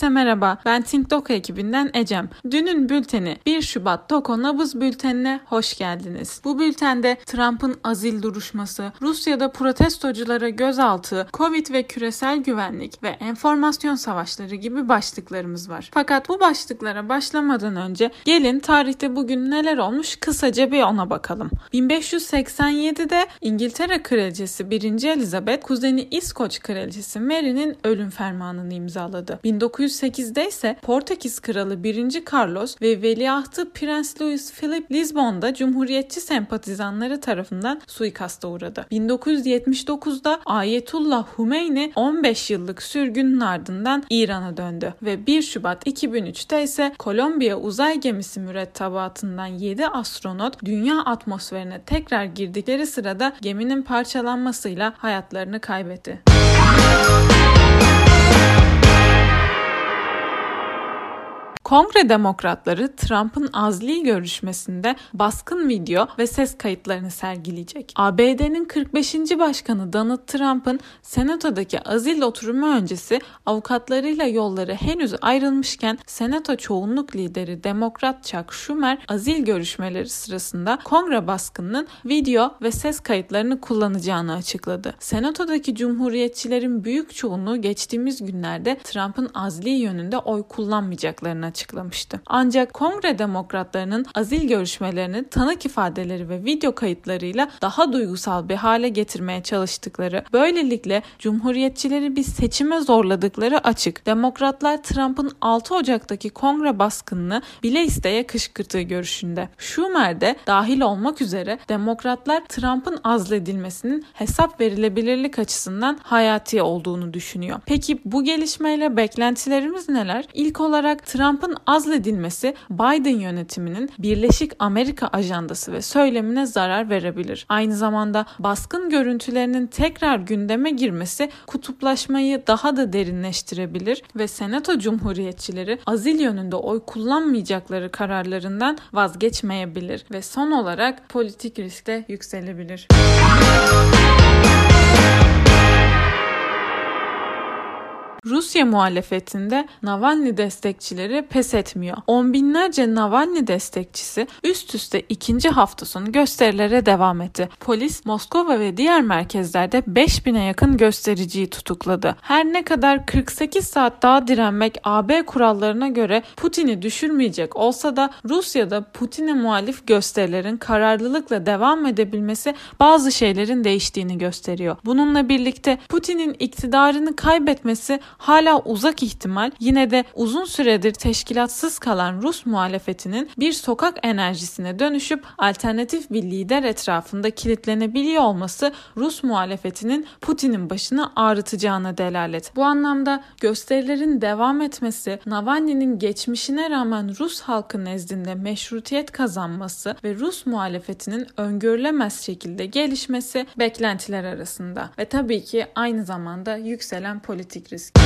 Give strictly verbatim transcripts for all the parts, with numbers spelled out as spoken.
Herkese merhaba, ben Think Doko ekibinden Ecem. Dünün bülteni bir Şubat Doko Nabız bültenine hoş geldiniz. Bu bültende Trump'ın azil duruşması, Rusya'da protestoculara gözaltı, Covid ve küresel güvenlik ve enformasyon savaşları gibi başlıklarımız var. Fakat bu başlıklara başlamadan önce gelin tarihte bugün neler olmuş kısaca bir ona bakalım. bin beş yüz seksen yedide İngiltere Kraliçesi birinci. Elizabeth, kuzeni İskoç Kraliçesi Mary'nin ölüm fermanını imzaladı. bin dokuz yüz sekizde ise Portekiz Kralı birinci. Carlos ve veliahtı Prens Louis Philippe Lizbon'da Cumhuriyetçi sempatizanları tarafından suikasta uğradı. bin dokuz yüz yetmiş dokuzda Ayetullah Hümeyni on beş yıllık sürgünün ardından İran'a döndü ve bir Şubat iki bin üçte ise Kolombiya uzay gemisi mürettebatından yedi astronot dünya atmosferine tekrar girdikleri sırada geminin parçalanmasıyla hayatlarını kaybetti. Kongre Demokratları Trump'ın azli görüşmesinde baskın video ve ses kayıtlarını sergileyecek. A B D'nin kırk beşinci Başkanı Donald Trump'ın Senato'daki azil oturumu öncesi avukatlarıyla yolları henüz ayrılmışken Senato çoğunluk lideri Demokrat Chuck Schumer azil görüşmeleri sırasında Kongre baskınının video ve ses kayıtlarını kullanacağını açıkladı. Senato'daki Cumhuriyetçilerin büyük çoğunluğu geçtiğimiz günlerde Trump'ın azli yönünde oy kullanmayacaklarını açıklamıştı. Ancak Kongre Demokratlarının azil görüşmelerini tanık ifadeleri ve video kayıtlarıyla daha duygusal bir hale getirmeye çalıştıkları, böylelikle Cumhuriyetçileri bir seçime zorladıkları açık. Demokratlar Trump'ın altı Ocak'taki Kongre baskınını bile isteye kışkırttığı görüşünde. Schumer de dahil olmak üzere Demokratlar Trump'ın azledilmesinin hesap verilebilirlik açısından hayati olduğunu düşünüyor. Peki bu gelişmeyle beklentilerimiz neler? İlk olarak Trump'ın azledilmesi Biden yönetiminin Birleşik Amerika ajandası ve söylemine zarar verebilir. Aynı zamanda baskın görüntülerinin tekrar gündeme girmesi kutuplaşmayı daha da derinleştirebilir ve Senato Cumhuriyetçileri azil yönünde oy kullanmayacakları kararlarından vazgeçmeyebilir ve son olarak politik risk de yükselebilir. Rusya muhalefetinde Navalny destekçileri pes etmiyor. On binlerce Navalny destekçisi üst üste ikinci hafta sonu gösterilere devam etti. Polis Moskova ve diğer merkezlerde beş bine yakın göstericiyi tutukladı. Her ne kadar kırk sekiz saat daha direnmek A B kurallarına göre Putin'i düşürmeyecek olsa da Rusya'da Putin'e muhalif gösterilerin kararlılıkla devam edebilmesi bazı şeylerin değiştiğini gösteriyor. Bununla birlikte Putin'in iktidarını kaybetmesi hala uzak ihtimal, yine de uzun süredir teşkilatsız kalan Rus muhalefetinin bir sokak enerjisine dönüşüp alternatif bir lider etrafında kilitlenebiliyor olması Rus muhalefetinin Putin'in başını ağrıtacağına delalet. Bu anlamda gösterilerin devam etmesi, Navalny'nin geçmişine rağmen Rus halkı nezdinde meşrutiyet kazanması ve Rus muhalefetinin öngörülemez şekilde gelişmesi beklentiler arasında ve tabii ki aynı zamanda yükselen politik risk.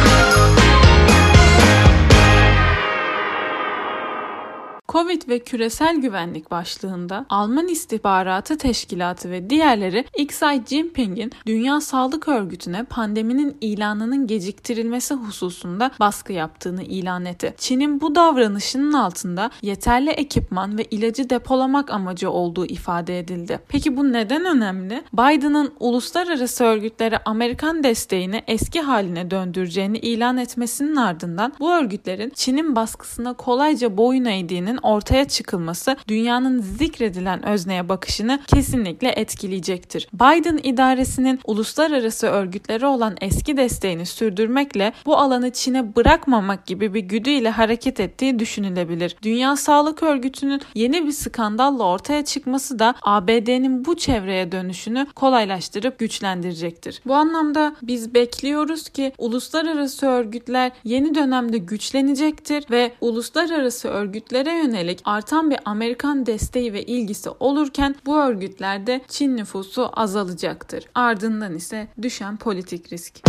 Covid ve küresel güvenlik başlığında Alman İstihbaratı Teşkilatı ve diğerleri Xi Jinping'in Dünya Sağlık Örgütü'ne pandeminin ilanının geciktirilmesi hususunda baskı yaptığını ilan etti. Çin'in bu davranışının altında yeterli ekipman ve ilacı depolamak amacı olduğu ifade edildi. Peki bu neden önemli? Biden'ın uluslararası örgütlere Amerikan desteğini eski haline döndüreceğini ilan etmesinin ardından bu örgütlerin Çin'in baskısına kolayca boyun eğdiğinin ortaya çıkılması dünyanın zikredilen özneye bakışını kesinlikle etkileyecektir. Biden idaresinin uluslararası örgütlere olan eski desteğini sürdürmekle bu alanı Çin'e bırakmamak gibi bir güdüyle hareket ettiği düşünülebilir. Dünya Sağlık Örgütü'nün yeni bir skandalla ortaya çıkması da A B D'nin bu çevreye dönüşünü kolaylaştırıp güçlendirecektir. Bu anlamda biz bekliyoruz ki uluslararası örgütler yeni dönemde güçlenecektir ve uluslararası örgütlere yönelik artan bir Amerikan desteği ve ilgisi olurken bu örgütlerde Çin nüfusu azalacaktır. Ardından ise düşen politik risk.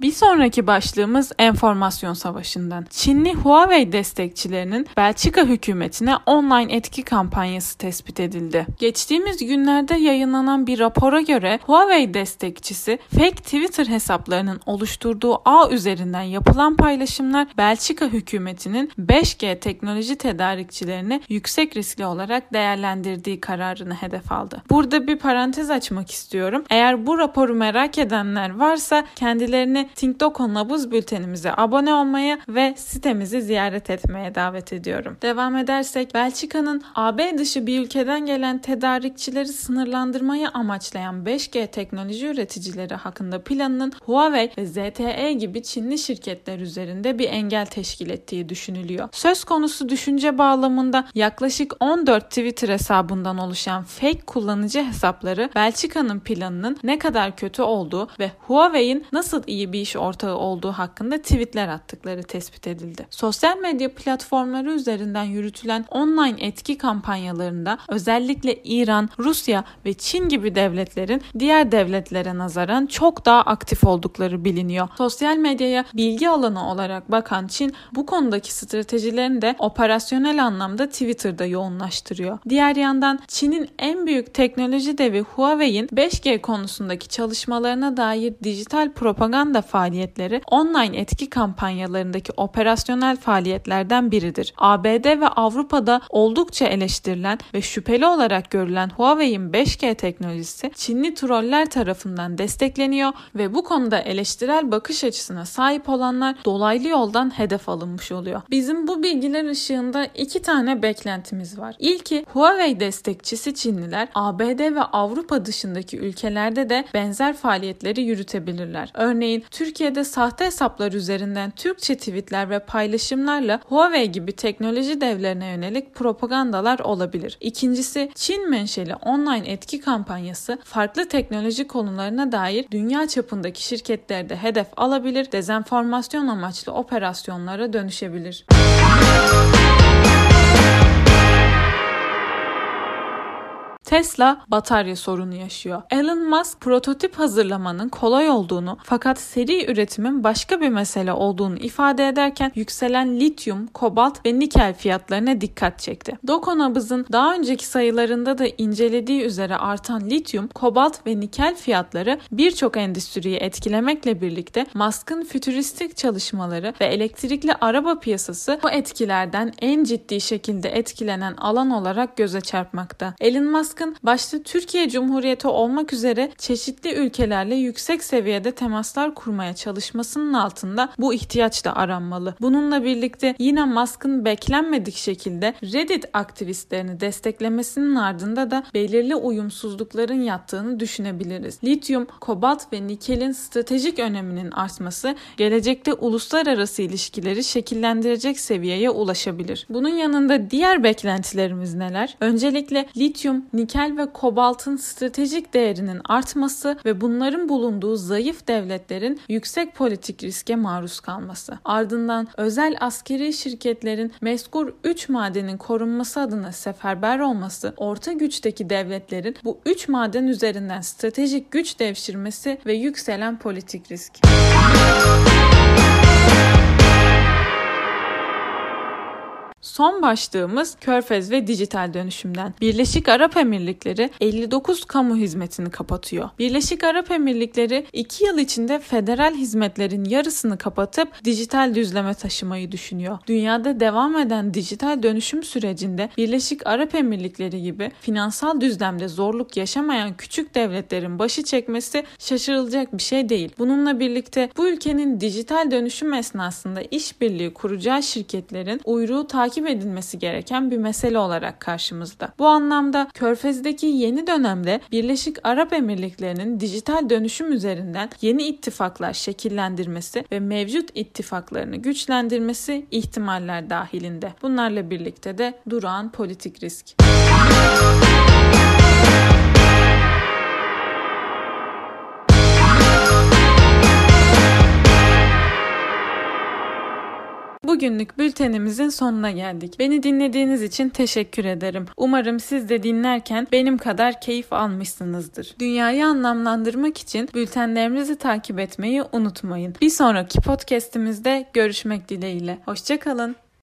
Bir sonraki başlığımız enformasyon savaşından. Çinli Huawei destekçilerinin Belçika hükümetine online etki kampanyası tespit edildi. Geçtiğimiz günlerde yayınlanan bir rapora göre Huawei destekçisi fake Twitter hesaplarının oluşturduğu ağ üzerinden yapılan paylaşımlar Belçika hükümetinin beş G teknoloji tedarikçilerini yüksek riskli olarak değerlendirdiği kararını hedef aldı. Burada bir parantez açmak istiyorum. Eğer bu raporu merak edenler varsa kendilerini Think Doko Nabız bültenimize abone olmaya ve sitemizi ziyaret etmeye davet ediyorum. Devam edersek, Belçika'nın A B dışı bir ülkeden gelen tedarikçileri sınırlandırmayı amaçlayan beş G teknoloji üreticileri hakkında planının Huawei ve Z T E gibi Çinli şirketler üzerinde bir engel teşkil ettiği düşünülüyor. Söz konusu düşünce bağlamında yaklaşık on dört Twitter hesabından oluşan fake kullanıcı hesapları Belçika'nın planının ne kadar kötü olduğu ve Huawei'in nasıl iyi bir iş ortağı olduğu hakkında tweetler attıkları tespit edildi. Sosyal medya platformları üzerinden yürütülen online etki kampanyalarında özellikle İran, Rusya ve Çin gibi devletlerin diğer devletlere nazaran çok daha aktif oldukları biliniyor. Sosyal medyaya bilgi alanı olarak bakan Çin bu konudaki stratejilerini de operasyonel anlamda Twitter'da yoğunlaştırıyor. Diğer yandan Çin'in en büyük teknoloji devi Huawei'in beş G konusundaki çalışmalarına dair dijital propaganda faaliyetleri online etki kampanyalarındaki operasyonel faaliyetlerden biridir. A B D ve Avrupa'da oldukça eleştirilen ve şüpheli olarak görülen Huawei'in beş G teknolojisi Çinli troller tarafından destekleniyor ve bu konuda eleştirel bakış açısına sahip olanlar dolaylı yoldan hedef alınmış oluyor. Bizim bu bilgiler ışığında iki tane beklentimiz var. İlki, Huawei destekçisi Çinliler A B D ve Avrupa dışındaki ülkelerde de benzer faaliyetleri yürütebilirler. Örneğin Türkiye'de sahte hesaplar üzerinden Türkçe tweetler ve paylaşımlarla Huawei gibi teknoloji devlerine yönelik propagandalar olabilir. İkincisi, Çin menşeli online etki kampanyası farklı teknoloji konularına dair dünya çapındaki şirketleri de hedef alabilir, dezenformasyon amaçlı operasyonlara dönüşebilir. Tesla batarya sorunu yaşıyor. Elon Musk prototip hazırlamanın kolay olduğunu fakat seri üretimin başka bir mesele olduğunu ifade ederken yükselen lityum, kobalt ve nikel fiyatlarına dikkat çekti. Doko Nabız'ın daha önceki sayılarında da incelediği üzere artan lityum, kobalt ve nikel fiyatları birçok endüstriyi etkilemekle birlikte Musk'ın fütüristik çalışmaları ve elektrikli araba piyasası bu etkilerden en ciddi şekilde etkilenen alan olarak göze çarpmakta. Elon Musk başta Türkiye Cumhuriyeti olmak üzere çeşitli ülkelerle yüksek seviyede temaslar kurmaya çalışmasının altında bu ihtiyaç da aranmalı. Bununla birlikte yine Musk'ın beklenmedik şekilde Reddit aktivistlerini desteklemesinin ardında da belirli uyumsuzlukların yattığını düşünebiliriz. Lityum, kobalt ve nikelin stratejik öneminin artması gelecekte uluslararası ilişkileri şekillendirecek seviyeye ulaşabilir. Bunun yanında diğer beklentilerimiz neler? Öncelikle lityum, nikel ve kobaltın stratejik değerinin artması ve bunların bulunduğu zayıf devletlerin yüksek politik riske maruz kalması. Ardından özel askeri şirketlerin mezkur üç madenin korunması adına seferber olması, orta güçteki devletlerin bu üç maden üzerinden stratejik güç devşirmesi ve yükselen politik risk. Son başlığımız Körfez ve dijital dönüşümden. Birleşik Arap Emirlikleri elli dokuz kamu hizmetini kapatıyor. Birleşik Arap Emirlikleri iki yıl içinde federal hizmetlerin yarısını kapatıp dijital düzleme taşımayı düşünüyor. Dünyada devam eden dijital dönüşüm sürecinde Birleşik Arap Emirlikleri gibi finansal düzlemde zorluk yaşamayan küçük devletlerin başı çekmesi şaşırılacak bir şey değil. Bununla birlikte bu ülkenin dijital dönüşüm esnasında işbirliği kuracağı şirketlerin uyruğu takip edilmesi gereken bir mesele olarak karşımızda. Bu anlamda Körfez'deki yeni dönemde Birleşik Arap Emirlikleri'nin dijital dönüşüm üzerinden yeni ittifaklar şekillendirmesi ve mevcut ittifaklarını güçlendirmesi ihtimaller dahilinde. Bunlarla birlikte de durağan politik risk. Bugünlük bültenimizin sonuna geldik. Beni dinlediğiniz için teşekkür ederim. Umarım siz de dinlerken benim kadar keyif almışsınızdır. Dünyayı anlamlandırmak için bültenlerimizi takip etmeyi unutmayın. Bir sonraki podcast'imizde görüşmek dileğiyle. Hoşça kalın.